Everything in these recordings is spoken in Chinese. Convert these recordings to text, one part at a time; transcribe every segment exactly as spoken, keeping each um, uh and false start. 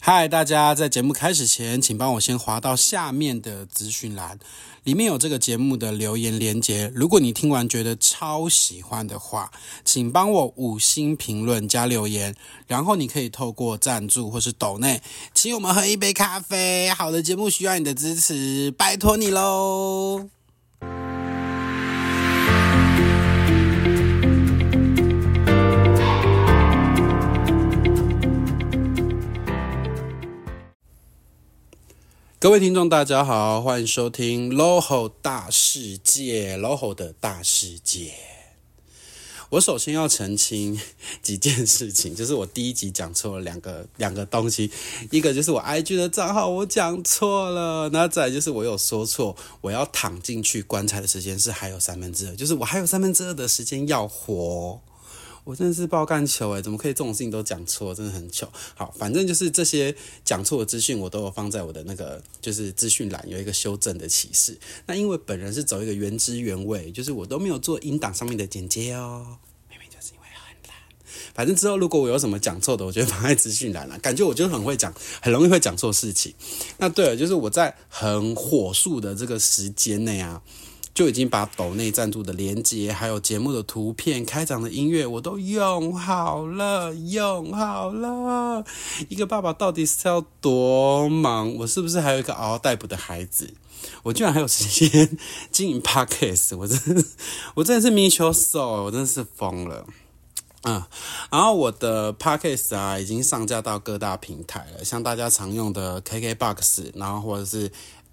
嗨，大家在节目开始前，请帮我先滑到下面的资讯栏，里面有这个节目的留言连结。如果你听完觉得超喜欢的话，请帮我五星评论加留言，然后你可以透过赞助或是抖内，请我们喝一杯咖啡。好的节目需要你的支持，拜托你咯。各位听众大家好，欢迎收听 L O H O 大世界 L O H O 的大世界。我首先要澄清几件事情，就是我第一集讲错了两个两个东西，一个就是我 I G 的账号我讲错了，那再来就是我有说错，我要躺进去棺材的时间是还有三分之二，就是我还有三分之二的时间要活。我真的是爆干糗诶，怎么可以这种事情都讲错，真的很糗。好，反正就是这些讲错的资讯我都有放在我的那个就是资讯栏有一个修正的启示。那因为本人是走一个原汁原味，就是我都没有做音档上面的剪接哦，明明就是因为很懒。反正之后如果我有什么讲错的，我就会放在资讯栏啦。感觉我就很会讲，很容易会讲错事情。那对了，就是我在很火速的这个时间内啊，就已经把抖内赞助的连结还有节目的图片开场的音乐我都用好了用好了。一个爸爸到底是要多忙，我是不是还有一个嗷嗷待哺的孩子，我居然还有时间经营 Podcast， 我真的我真的是迷球手，我真的是疯了。嗯，然后我的 Podcast 啊已经上架到各大平台了，像大家常用的 K K B O X， 然后或者是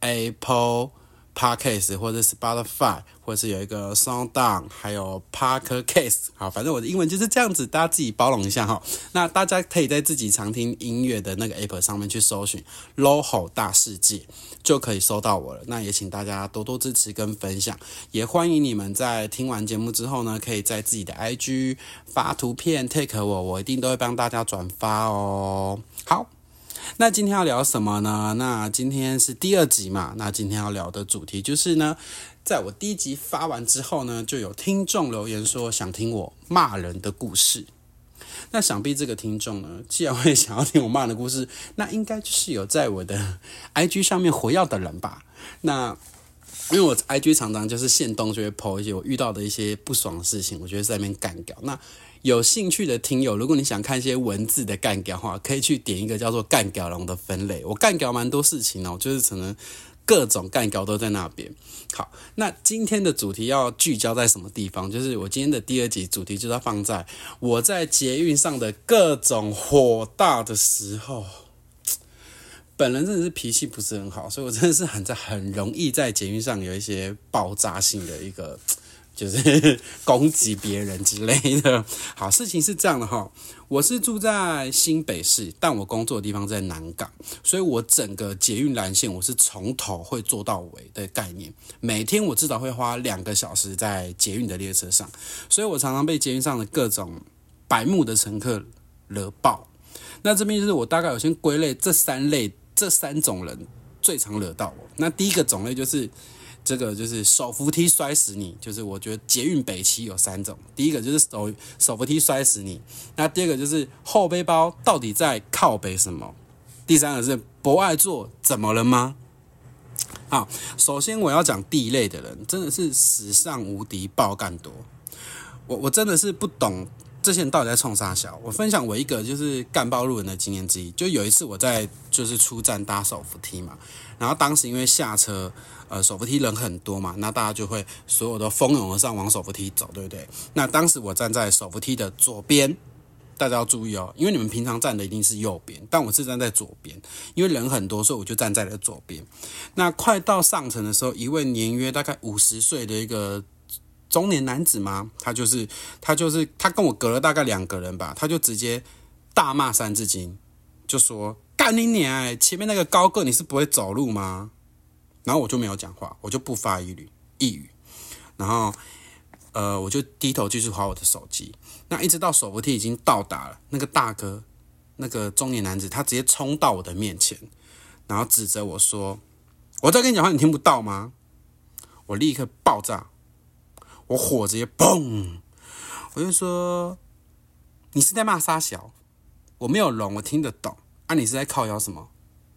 Apple Podcast 或者 Spotify， 或者是有一个 SoundOn， 还有 Podcast。 好，反正我的英文就是这样子，大家自己包容一下哈。那大家可以在自己常听音乐的那个 App 上面去搜寻 L O H O 大世界，就可以搜到我了。那也请大家多多支持跟分享，也欢迎你们在听完节目之后呢，可以在自己的 I G 发图片 tag 我，我一定都会帮大家转发哦。好，那今天要聊什么呢？那今天是第二集嘛，那今天要聊的主题就是呢，在我第一集发完之后呢，就有听众留言说想听我骂人的故事。那想必这个听众呢，既然会想要听我骂人的故事，那应该就是有在我的 I G 上面活跃的人吧。那因为我 I G 常常就是限动就会 po 一些我遇到的一些不爽的事情，我觉得在那边干掉。那有兴趣的听友，如果你想看一些文字的干掉的话，可以去点一个叫做干掉龙的分类。我干掉蛮多事情哦，就是可能各种干掉都在那边。好，那今天的主题要聚焦在什么地方？就是我今天的第二集主题就是要放在我在捷运上的各种火大的时候。本人真的是脾气不是很好，所以我真的是很在很容易在捷运上有一些爆炸性的一个就是攻击别人之类的。好，事情是这样的哈，我是住在新北市，但我工作的地方在南港，所以我整个捷运蓝线我是从头会坐到尾的概念。每天我至少会花两个小时在捷运的列车上，所以我常常被捷运上的各种白目的乘客惹爆。那这边就是我大概有先归类这三类。这三种人最常惹到我。那第一个种类就是这个，就是手扶梯摔死你，就是我觉得捷运北七有三种。第一个就是手手扶梯摔死你，那第二个就是后背包到底在靠北什么？第三个是不爱坐，怎么了吗？好，首先我要讲第一类的人，真的是史上无敌爆干多。我我真的是不懂。这些人到底在冲啥小？我分享我一个就是干爆路人的经验之一。就有一次我在就是出站搭手扶梯嘛，然后当时因为下车，呃，手扶梯人很多嘛，那大家就会所有的蜂拥而上往手扶梯走，对不对？那当时我站在手扶梯的左边，大家要注意哦，因为你们平常站的一定是右边，但我是站在左边，因为人很多，所以我就站在了左边。那快到上层的时候，一位年约大概五十岁的一个中年男子吗？他就是他就是他跟我隔了大概两个人吧，他就直接大骂三字经，就说干你娘欸，前面那个高个你是不会走路吗？然后我就没有讲话，我就不发一语一语，然后呃我就低头继续滑我的手机。那一直到手扶梯已经到达了，那个大哥那个中年男子他直接冲到我的面前，然后指着我说：“我在跟你讲话，你听不到吗？”我立刻爆炸。我火直接砰，我就说你是在骂三小，我没有聋，我听得懂啊，你是在靠腰什么？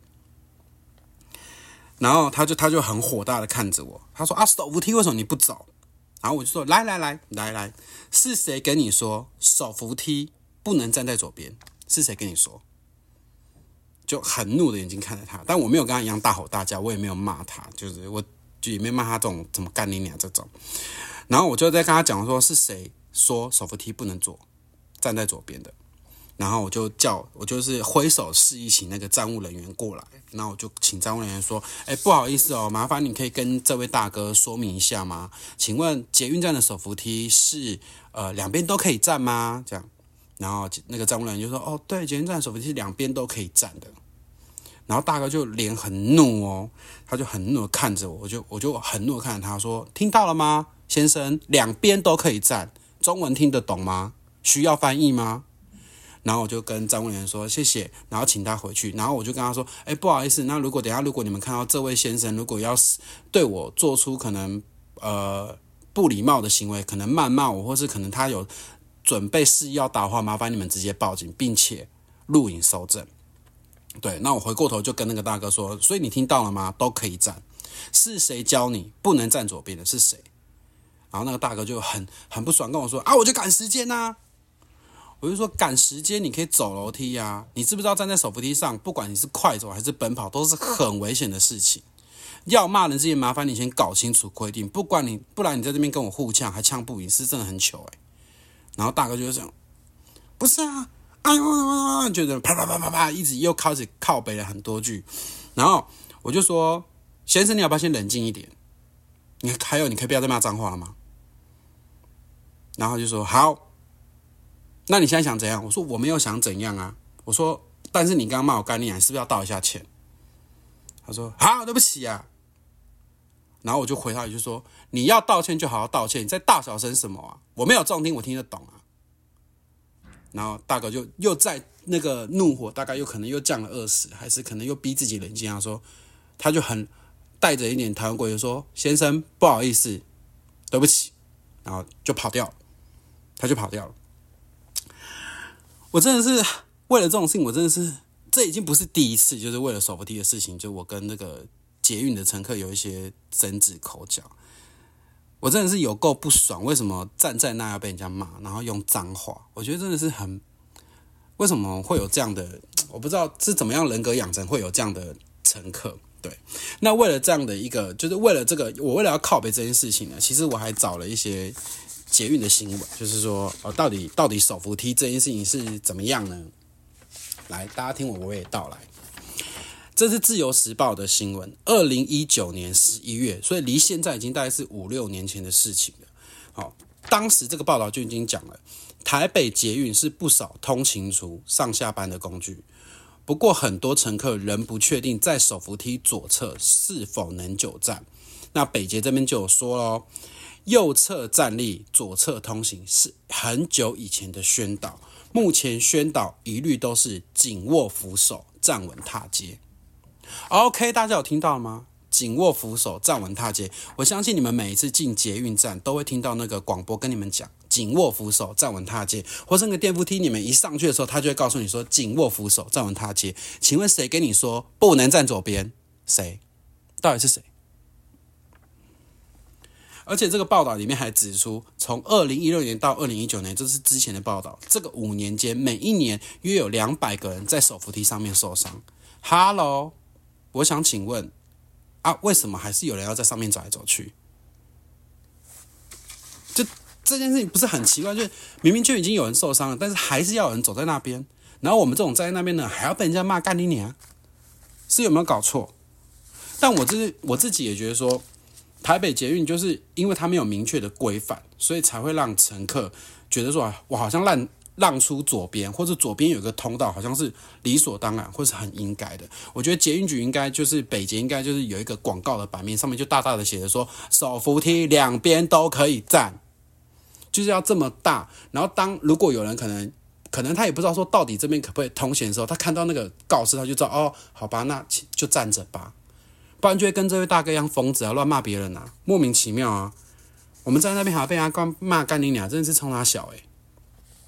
然后他就他就很火大的看着我，他说啊，手扶梯为什么你不走？然后我就说来来来来来，是谁跟你说手扶梯不能站在左边？是谁跟你说？就很怒的眼睛看着他，但我没有跟他一样大吼大叫，我也没有骂他，就是我就也没骂他这种怎么干你娘这种。然后我就在跟他讲说，是谁说手扶梯不能左站在左边的？然后我就叫我就是挥手示意请那个站务人员过来，然后我就请站务人员说，哎，不好意思哦，麻烦你可以跟这位大哥说明一下吗？请问捷运站的手扶梯是呃两边都可以站吗？这样，然后那个站务人员就说，哦，对，捷运站的手扶梯两边都可以站的。然后大哥就脸很怒哦，他就很怒的看着我，我就我就很怒的看着他说，听到了吗，先生，两边都可以站，中文听得懂吗？需要翻译吗？然后我就跟站务人员说谢谢，然后请他回去。然后我就跟他说，哎，不好意思，那如果等一下如果你们看到这位先生如果要对我做出可能呃不礼貌的行为，可能谩骂我，或是可能他有准备示意要打的话，麻烦你们直接报警，并且录影搜证。对，那我回过头就跟那个大哥说，所以你听到了吗？都可以站，是谁教你不能站左边的？是谁？然后那个大哥就很很不爽跟我说啊，我就赶时间啊。我就说赶时间你可以走楼梯啊，你知不知道站在手扶梯上，不管你是快走还是奔跑，都是很危险的事情。要骂人之前，麻烦你先搞清楚规定，不管你不然你在这边跟我互呛，还呛不赢，是真的很糗哎、欸。然后大哥就这样，不是啊。哎呦，觉得啪啪啪啪啪，一直又开始靠北了很多句，然后我就说：“先生，你要不要先冷静一点？你还有，你可以不要再骂脏话了吗？”然后就说：“好，那你现在想怎样？”我说：“我没有想怎样啊。”我说：“但是你刚刚骂我干你娘，你是不是要道一下歉？”他说：“好，对不起啊。”然后我就回他一句说：“你要道歉就好好道歉，你在大小声什么啊？我没有重听，我听得懂啊。”然后大哥就又在那个怒火大概又可能又降了二十，还是可能又逼自己冷静。他说，他就很带着一点台湾国语说：“先生，不好意思，对不起。”然后就跑掉了，他就跑掉了。我真的是为了这种事情，我真的是这已经不是第一次，就是为了手扶梯的事情，就我跟那个捷运的乘客有一些争执口角。我真的是有够不爽，为什么站在那要被人家骂，然后用脏话？我觉得真的是很，为什么会有这样的？我不知道是怎么样人格养成会有这样的乘客。对，那为了这样的一个，就是为了这个，我为了要靠北这件事情呢，其实我还找了一些捷运的新闻，就是说，哦，到底到底手扶梯这件事情是怎么样呢？来，大家听我娓娓道来。这是自由时报的新闻，二零一九年十一月，所以离现在已经大概是五六年前的事情了。好，当时这个报道就已经讲了，台北捷运是不少通勤族上下班的工具，不过很多乘客仍不确定在手扶梯左侧是否能久站。那北捷这边就有说咯，右侧站立，左侧通行是很久以前的宣导，目前宣导一律都是紧握扶手，站稳踏阶。OK， 大家有听到吗？紧握扶手，站稳踏阶。我相信你们每一次进捷运站都会听到那个广播跟你们讲，紧握扶手，站稳踏阶。或是那个电扶梯，你们一上去的时候，他就会告诉你说，紧握扶手，站稳踏阶。请问谁跟你说不能站左边？谁？到底是谁？而且这个报道里面还指出，从二零一六年到二零一九年，这是之前的报道，这个五年间，每一年约有两百个人在手扶梯上面受伤。Hello。我想请问啊，为什么还是有人要在上面走来走去？就这件事情不是很奇怪？就是明明就已经有人受伤了，但是还是要有人走在那边，然后我们这种站在那边呢，还要被人家骂干你娘，是有没有搞错？但我自我自己也觉得说，台北捷运就是因为它没有明确的规范，所以才会让乘客觉得说，我好像让让出左边，或者左边有个通道，好像是理所当然，或是很应该的。我觉得捷运局应该就是北捷，应该就是有一个广告的版面，上面就大大的写着说，手扶梯两边都可以站，就是要这么大。然后当如果有人可能可能他也不知道说到底这边可不可以通行的时候，他看到那个告示，他就知道哦，好吧，那就站着吧，不然就会跟这位大哥一样疯子啊，乱骂别人啊，莫名其妙啊。我们在那边还要被人家骂干你娘，真的是冲他小欸。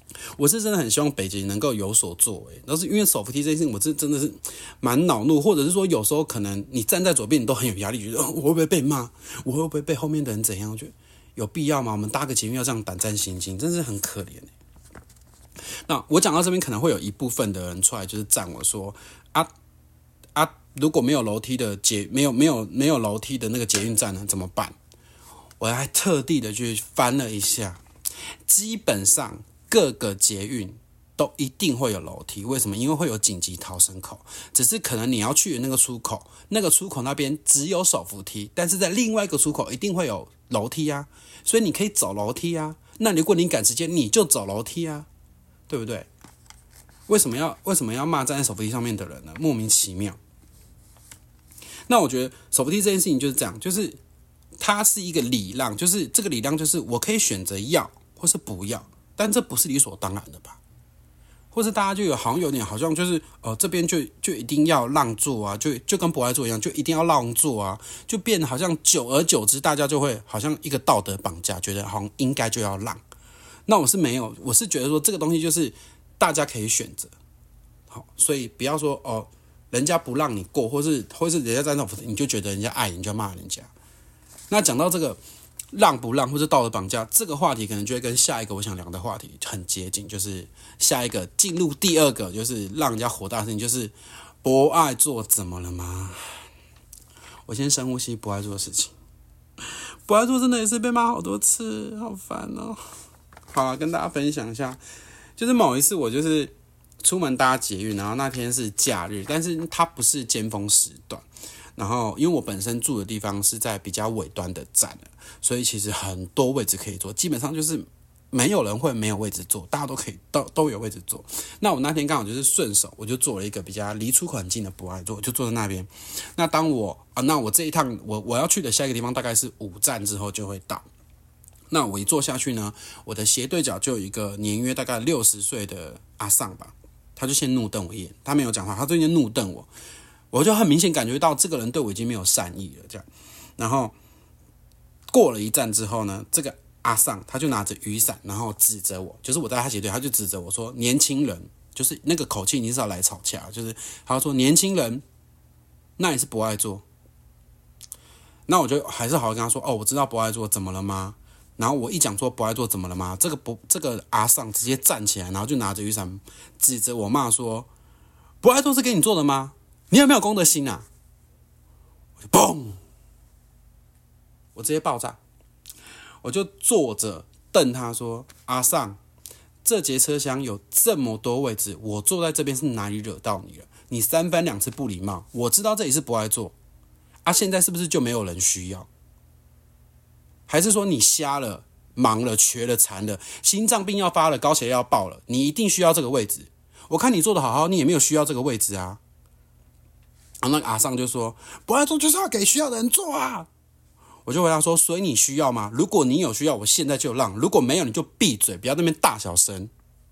我是真的很希望北捷能够有所作为，但是因为手扶梯这件事情，我是真的是蛮恼怒，或者是说有时候可能你站在左边，你都很有压力，觉得、哦、我会不会被骂，我会不会被后面的人怎样？我觉得有必要吗？我们搭个捷运要这样胆战心惊，真是很可怜。那我讲到这边，可能会有一部分的人出来就是赞我说啊啊，如果没有楼梯的捷，没有没有没有楼梯的那个捷运站呢，怎么办？我还特地的去翻了一下，基本上各个捷运都一定会有楼梯。为什么？因为会有紧急逃生口，只是可能你要去的那个出口，那个出口那边只有手扶梯，但是在另外一个出口一定会有楼梯啊，所以你可以走楼梯啊。那如果你赶时间，你就走楼梯啊，对不对？为什么要为什么要骂站在手扶梯上面的人呢？莫名其妙。那我觉得手扶梯这件事情就是这样，就是它是一个礼让，就是这个礼让就是我可以选择要或是不要，但这不是理所当然的吧？或是大家就有好像有点好像就是呃这边就就一定要让座啊，就就跟博爱座一样，就一定要让座啊，就变得好像久而久之，大家就会好像一个道德绑架，觉得好像应该就要让。那我是没有，我是觉得说这个东西就是大家可以选择，好，所以不要说哦，人家不让你过，或是或是人家在那你就觉得人家爱你，你就骂人家。那讲到这个让不让或是道德绑架这个话题，可能就会跟下一个我想聊的话题很接近，就是下一个进入第二个，就是让人家火大的事情，就是不爱做怎么了吗？我先深呼吸，不爱做的事情，不爱做真的也是被骂好多次，好烦哦。好了，跟大家分享一下，就是某一次我就是出门搭捷运，然后那天是假日，但是它不是尖峰时段。然后，因为我本身住的地方是在比较尾端的站，所以其实很多位置可以坐，基本上就是没有人会没有位置坐，大家都可以都都有位置坐。那我那天刚好就是顺手，我就坐了一个比较离出口很近的博爱座，就坐在那边。那当我啊，那我这一趟我我要去的下一个地方大概是五站之后就会到。那我一坐下去呢，我的斜对角就有一个年约大概六十岁的阿桑吧，他就先怒瞪我一眼，他没有讲话，他就先怒瞪我。我就很明显感觉到这个人对我已经没有善意了，这样。然后过了一站之后呢，这个阿桑他就拿着雨伞，然后指着我，就是我在他斜对，他就指着我说：“年轻人，就是那个口气，你是要来吵架，就是他说年轻人，那也是不爱做。”那我就还是好好跟他说：“哦，我知道不爱做，怎么了吗？”然后我一讲说不爱做怎么了吗？这个不，这个阿桑直接站起来，然后就拿着雨伞指着我骂说：“不爱做是给你做的吗？你有没有公德心啊？”我就嘣，我直接爆炸，我就坐着瞪他说：“阿桑，这节车厢有这么多位置，我坐在这边是哪里惹到你了？你三番两次不礼貌，我知道这里是不爱坐啊，现在是不是就没有人需要？还是说你瞎了、忙了、瘸了、残了，心脏病要发了，高血压要爆了，你一定需要这个位置？我看你做的好好，你也没有需要这个位置啊。”然后那个阿桑就说：“不爱做就是要给需要的人做啊。”我就回答说：“所以你需要吗？如果你有需要，我现在就让；如果没有，你就闭嘴，不要在那边大小声。”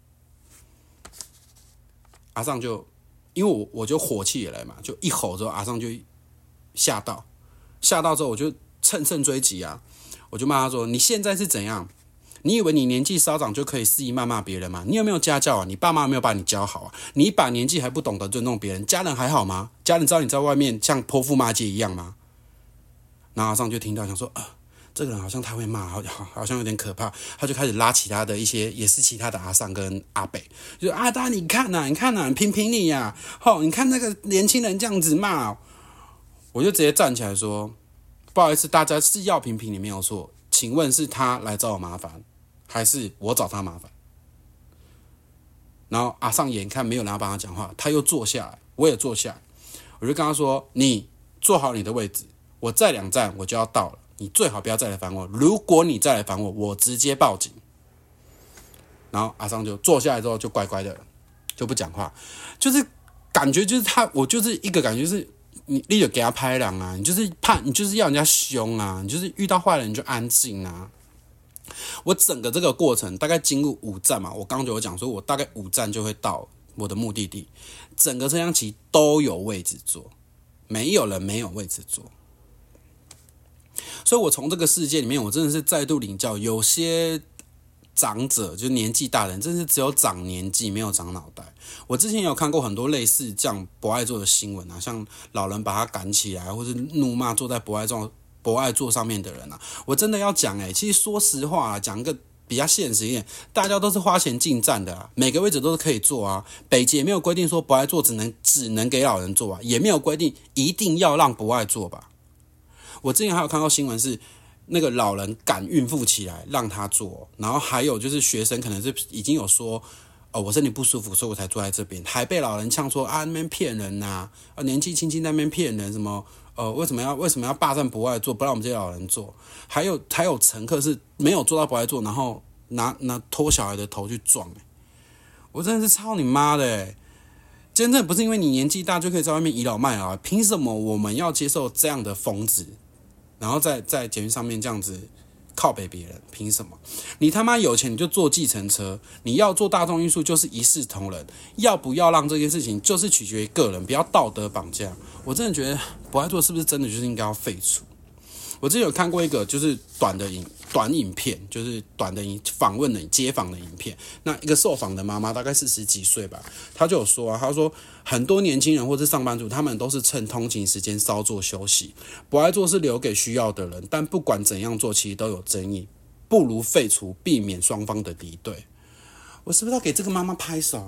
阿桑就因为我我就火气也来嘛，就一吼之后，阿桑就吓到，吓到之后我就乘胜追击啊，我就骂他说：“你现在是怎样？你以为你年纪稍长就可以肆意谩骂别人吗？你有没有家教啊？你爸妈有没有把你教好啊？你一把年纪还不懂得尊重别人，家人还好吗？家人知道你在外面像泼妇骂街一样吗？”然后阿桑就听到想说：“啊，这个人好像太会骂，好好像有点可怕。”他就开始拉其他的一些也是其他的阿桑跟阿北，就说：“啊，大家你看呐、啊，你看呐、啊，评评你呀、啊，吼，你看那个年轻人这样子骂、哦。”我就直接站起来说：“不好意思，大家是要评评你没有错，请问是他来找我麻烦，还是我找他麻烦？”然后阿桑眼看没有人要帮他讲话，他又坐下来，我也坐下来，我就跟他说：“你坐好你的位置，我再两站我就要到了，你最好不要再来烦我。如果你再来烦我，我直接报警。”然后阿桑就坐下来之后就乖乖的就不讲话，就是感觉就是他，我就是一个感觉就是你，你就给他拍两啊，你就是怕你就是要人家凶啊，你就是遇到坏人你就安静啊。我整个这个过程大概经过五站嘛，我刚刚就有讲说，我大概五站就会到我的目的地，整个车厢其实都有位置坐，没有人没有位置坐。所以我从这个事件里面，我真的是再度领教，有些长者，就年纪大人，真是只有长年纪没有长脑袋。我之前也有看过很多类似这样博爱座的新闻啊，像老人把他赶起来，或是怒骂坐在博爱座博爱座上面的人啊。我真的要讲哎、欸，其实说实话啊，讲一个比较现实一点，大家都是花钱进站的啊，每个位置都是可以坐啊。北捷也没有规定说博爱座只能只能给老人坐啊，也没有规定一定要让博爱坐吧。我之前还有看到新闻是，那个老人赶孕妇起来让她坐，然后还有就是学生可能是已经有说，哦，我身体不舒服，所以我才坐在这边，还被老人呛说啊那边骗人呐、啊，啊年纪轻轻在那边骗人什么。呃，为什么要为什么要霸占博爱座，不让我们这些老人坐？还有还有乘客是没有坐到博爱座，然后拿拿拖小孩的头去撞、欸，我真的是操你妈的、欸！真正不是因为你年纪大就可以在外面倚老卖老，凭什么我们要接受这样的疯子？然后在在捷运上面这样子靠北别人，凭什么？你他妈有钱你就坐计程车，你要坐大众运输就是一视同仁，要不要让这件事情就是取决于个人，不要道德绑架。我真的觉得博爱座是不是真的就是应该要废除？我之前有看过一个就是短的影短影片，就是短的访问的街访的影片。那一个受访的妈妈大概四十几岁吧，她就有说啊，她说很多年轻人或是上班族，他们都是趁通勤时间稍作休息。博爱座是留给需要的人，但不管怎样做，其实都有争议，不如废除，避免双方的敌对。我是不是要给这个妈妈拍手？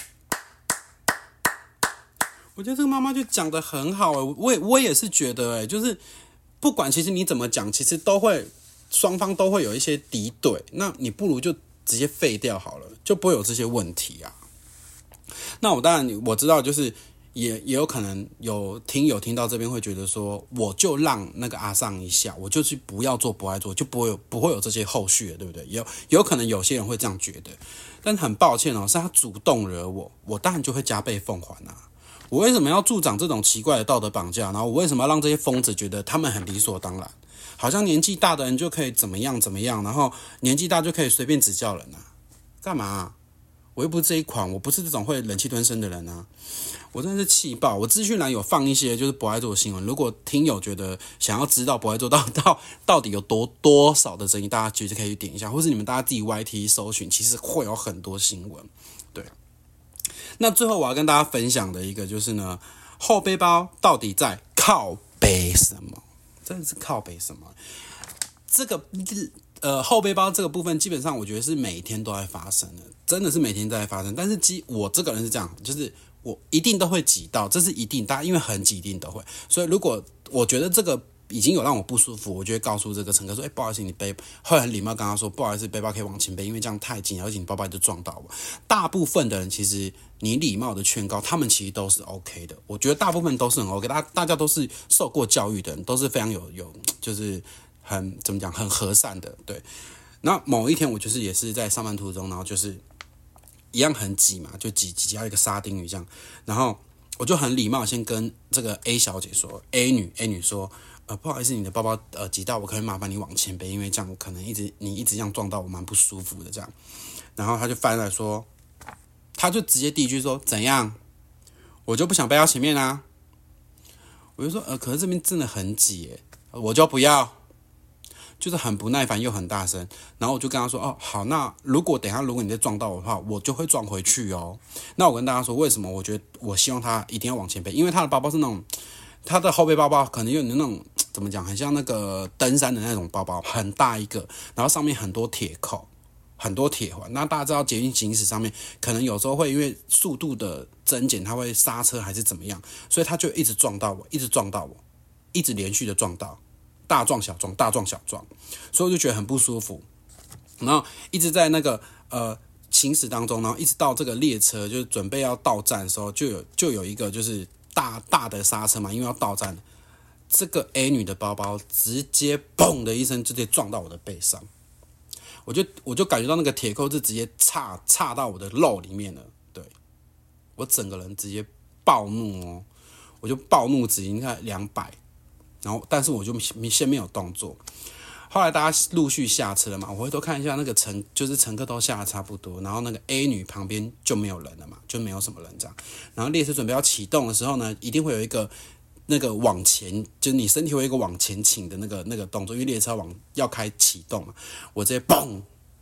我觉得这个妈妈就讲得很好哎、欸，我也我也是觉得哎、欸，就是不管其实你怎么讲，其实都会双方都会有一些敌对，那你不如就直接废掉好了，就不会有这些问题啊。那我当然我知道，就是也也有可能有听友听到这边会觉得说，我就让那个阿桑一下，我就去不要做博爱座，就不会有不会有这些后续的，对不对？有有可能有些人会这样觉得，但很抱歉哦，是他主动惹我，我当然就会加倍奉还啊。我为什么要助长这种奇怪的道德绑架？然后我为什么要让这些疯子觉得他们很理所当然？好像年纪大的人就可以怎么样怎么样，然后年纪大就可以随便指教人啊？干嘛啊？我又不是这一款，我不是这种会忍气吞声的人啊！我真的是气爆！我资讯栏有放一些就是博爱座的新闻，如果听友觉得想要知道博爱座到到到底有多多少的争议，大家其实可以去点一下，或是你们大家自己 Y T 搜寻，其实会有很多新闻。对。那最后我要跟大家分享的一个就是呢，后背包到底在靠背什么？真的是靠背什么？这个呃后背包这个部分，基本上我觉得是每天都在发生的，真的是每天都在发生。但是基我这个人是这样，就是我一定都会挤到，这是一定，大家因为很挤一定都会。所以如果我觉得这个已经有让我不舒服，我就会告诉这个乘客说：“哎、欸，不好意思，你背。”会很礼貌跟他说：“不好意思，背包可以往前背，因为这样太紧，而且你包包就撞到我。”大部分的人其实你礼貌的劝告，他们其实都是 OK 的。我觉得大部分都是很 OK， 大大家都是受过教育的人，都是非常有有就是很怎么讲很和善的。对，那某一天我就是也是在上班途中，然后就是一样很挤嘛，就挤挤到一个沙丁鱼这样，然后我就很礼貌先跟这个 A 小姐说 ，A 女 A 女说。呃，不好意思，你的包包呃挤到我，可以麻烦你往前背，因为这样可能一直你一直这样撞到我，蛮不舒服的这样。然后他就翻来说，他就直接第一句说怎样，我就不想背到前面啊。我就说呃，可是这边真的很挤耶，我就不要，就是很不耐烦又很大声。然后我就跟他说哦，好，那如果等一下如果你再撞到我的话，我就会撞回去哦。那我跟大家说为什么？我觉得我希望他一定要往前背，因为他的包包是那种。他的后背包包可能有那种怎么讲，很像那个登山的那种包包，很大一个，然后上面很多铁扣，很多铁环。那大家知道捷运行驶上面，可能有时候会因为速度的增减，它会刹车还是怎么样，所以他就一直撞到我，一直撞到我，一直连续的撞到，大撞小撞，大撞小撞，所以我就觉得很不舒服。然后一直在那个呃行驶当中，然后一直到这个列车就是准备要到站的时候，就有就有一个就是。大大的刹车嘛，因为要到站，这个 A 女的包包直接砰的一声，直接撞到我的背上，我就我就感觉到那个铁扣是直接插插到我的肉里面了，对，我整个人直接暴怒哦，我就暴怒值应该两百，然后但是我就先没有动作。后来大家陆续下车了嘛，我回头看一下那个乘，就是乘客都下的差不多，然后那个 A 女旁边就没有人了嘛，就没有什么人这样。然后列车准备要启动的时候呢，一定会有一个那个往前，就是你身体会有一个往前倾的那个那个动作，因为列车往要开启动嘛，我直接嘣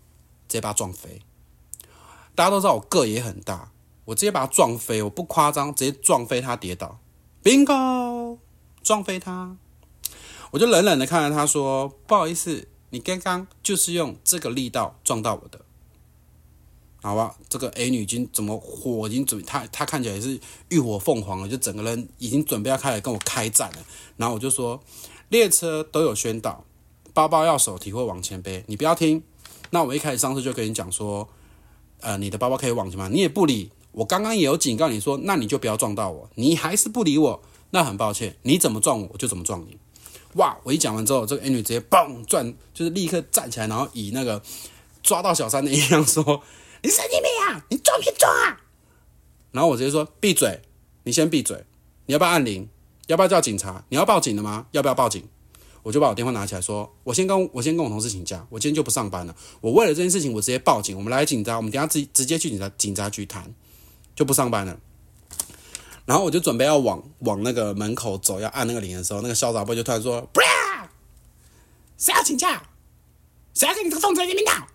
接把他撞飞。大家都知道我个也很大，我直接把他撞飞，我不夸张，直接撞飞他跌倒 ，bingo， 撞飞他。我就冷冷的看着他说：“不好意思，你刚刚就是用这个力道撞到我的。”好吧，这个 A 女已经怎么火已经准，她她看起来是浴火凤凰了，就整个人已经准备要开始跟我开战了。然后我就说：“列车都有宣导，包包要手提或往前背，你不要听。”那我一开始上次就跟你讲说。呃，你的包包可以往前吗？你也不理我，刚刚也有警告你说，那你就不要撞到我，你还是不理我，那很抱歉，你怎么撞我，我就怎么撞你。哇！我一讲完之后，这个 A 女直接嘣转，就是立刻站起来，然后以那个抓到小三的一样说：“你神经病啊！你撞别撞啊！”然后我直接说：“闭嘴，你先闭嘴，你要不要按铃？要不要叫警察？你要报警了吗？要不要报警？”我就把我电话拿起来说，我先跟我先跟我同事请假，我今天就不上班了。我为了这件事情，我直接报警，我们来警察，我们等一下直直接去警察警察局谈，就不上班了。然后我就准备要往往那个门口走，要按那个铃的时候，那个潇洒 boy 就突然说：“不要，谁要请假？谁要跟你这个疯子见面的？”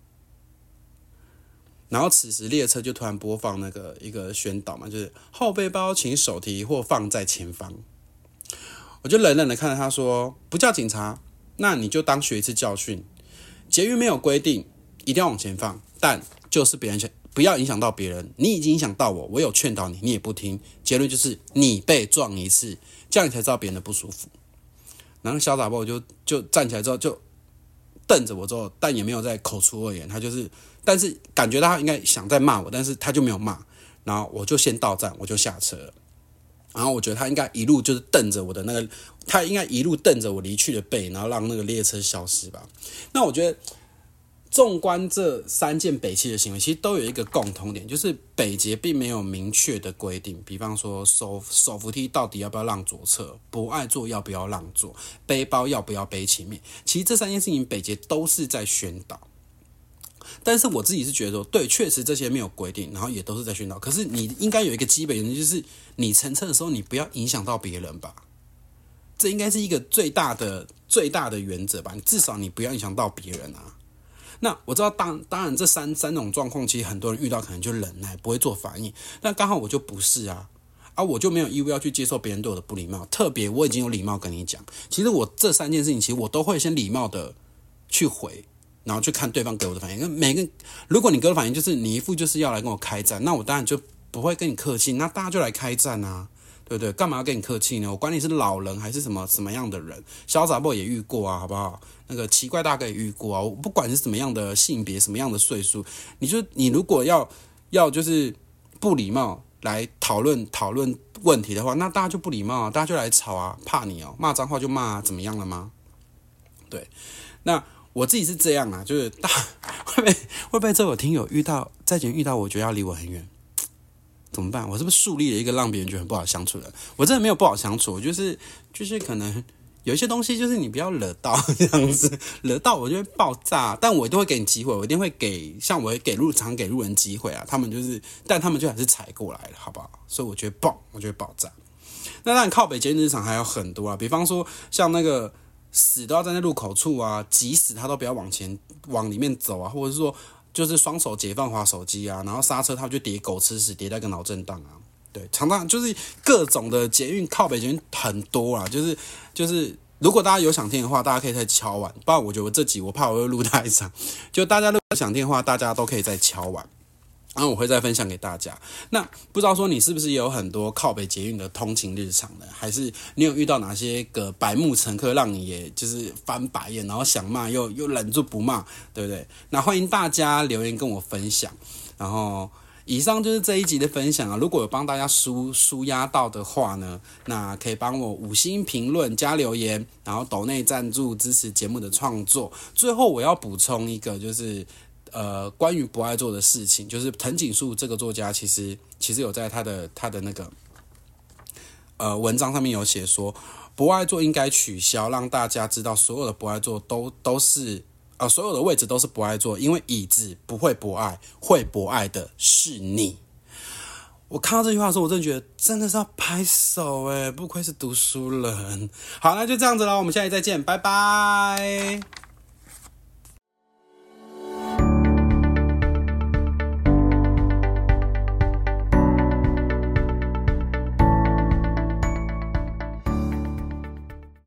然后此时列车就突然播放那个一个宣导嘛，就是后背包请手提或放在前方。我就冷冷的看着他说：“不叫警察，那你就当学一次教训。捷运没有规定一定要往前放，但就是别人不要影响到别人。你已经影响到我，我有劝导你，你也不听。结论就是你被撞一次，这样你才知道别人的不舒服。”然后小傻波就就站起来之后就瞪着我之后，但也没有再口出恶言，他就是，但是感觉到他应该想再骂我，但是他就没有骂。然后我就先到站，我就下车了。然后我觉得他应该一路就是瞪着我的那个，他应该一路瞪着我离去的背，然后让那个列车消失吧。那我觉得，纵观这三件北汽的行为，其实都有一个共同点，就是北捷并没有明确的规定，比方说手手扶梯到底要不要让左侧，不爱坐要不要让座，背包要不要背前面。其实这三件事情北捷都是在宣导。但是我自己是觉得说，对，确实这些没有规定，然后也都是在宣导。可是你应该有一个基本原则，就是你乘车的时候，你不要影响到别人吧。这应该是一个最大的最大的原则吧。至少你不要影响到别人啊。那我知道当，当当然这三三种状况，其实很多人遇到可能就忍耐，不会做反应。但刚好我就不是啊，啊，我就没有义务要去接受别人对我的不礼貌。特别我已经有礼貌跟你讲，其实我这三件事情，其实我都会先礼貌的去回。然后去看对方给我的反应，每个如果你给我的反应就是你一副就是要来跟我开战，那我当然就不会跟你客气，那大家就来开战啊，对不对？干嘛要跟你客气呢？我管你是老人还是什么什么样的人，潇洒 boy 也遇过啊，好不好？那个奇怪大哥也遇过啊，我不管是什么样的性别、什么样的岁数，你就你如果要要就是不礼貌来讨论讨论问题的话，那大家就不礼貌啊，大家就来吵啊，怕你哦，骂脏话就骂啊，怎么样了吗？对，那。我自己是这样啊，就是大会被会被这有听友遇到在前遇到，我觉得要离我很远，怎么办？我是不是树立了一个让别人觉得很不好相处的人？我真的没有不好相处，就是就是可能有一些东西就是你不要惹到这样子，惹到我就会爆炸，但我都会给你机会，我一定会给，像我会给路常给路人机会啊，他们就是，但他们就还是踩过来了，好不好？所以我觉得爆，我觉得爆炸。那当然靠北捷运日常还有很多啊，比方说像那个。死都要站在路口处啊，急死他都不要往前往里面走啊，或者是说就是双手解放滑手机啊，然后刹车他就跌狗吃屎，跌到个脑震荡啊，对，常常就是各种的捷运靠北捷运很多啊，就是就是如果大家有想听的话，大家可以再敲碗，不然我觉得我这集我怕我会录太长，就大家如果想听的话，大家都可以再敲碗。然后我会再分享给大家。那不知道说你是不是也有很多靠北捷运的通勤日常呢？还是你有遇到哪些个白目乘客让你也就是翻白眼，然后想骂又又忍住不骂，对不对？那欢迎大家留言跟我分享。然后以上就是这一集的分享啊。如果有帮大家舒舒压到的话呢，那可以帮我五星评论加留言，然后抖内赞助支持节目的创作。最后我要补充一个就是。呃，关于不爱做的事情，就是藤井树这个作家，其实其实有在他的他的那个呃文章上面有写说，不爱做应该取消，让大家知道所有的不爱做都都是呃所有的位置都是不爱做，因为椅子不会不爱，会不爱的是你。我看到这句话的时候，我真的觉得真的是要拍手诶，不愧是读书人。好，那就这样子咯，我们下期再见，拜拜。